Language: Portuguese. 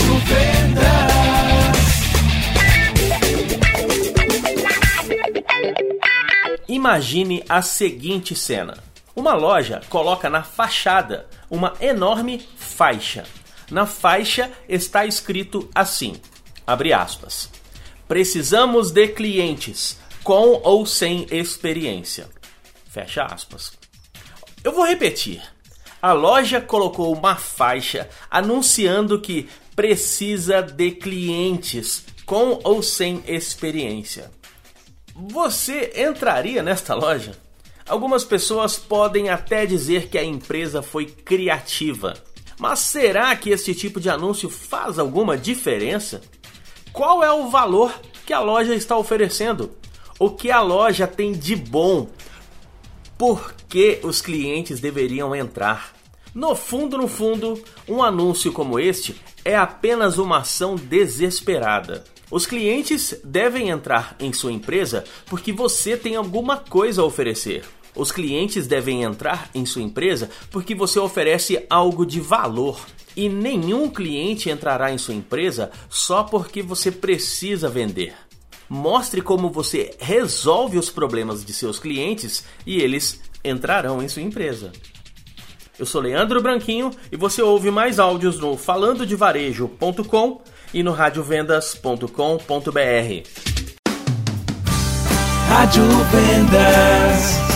Rádio Vendas. Imagine a seguinte cena. Uma loja coloca na fachada uma enorme faixa. Na faixa está escrito assim, abre aspas, precisamos de clientes com ou sem experiência. Fecha aspas. Eu vou repetir. A loja colocou uma faixa anunciando que precisa de clientes com ou sem experiência. Você entraria nesta loja? Algumas pessoas podem até dizer que a empresa foi criativa. Mas será que esse tipo de anúncio faz alguma diferença? Qual é o valor que a loja está oferecendo? O que a loja tem de bom? Por que os clientes deveriam entrar? No fundo, um anúncio como este é apenas uma ação desesperada. Os clientes devem entrar em sua empresa porque você tem alguma coisa a oferecer. Os clientes devem entrar em sua empresa porque você oferece algo de valor. E nenhum cliente entrará em sua empresa só porque você precisa vender. Mostre como você resolve os problemas de seus clientes e eles entrarão em sua empresa. Eu sou Leandro Branquinho e você ouve mais áudios no falandodevarejo.com e no radiovendas.com.br. Rádio Vendas.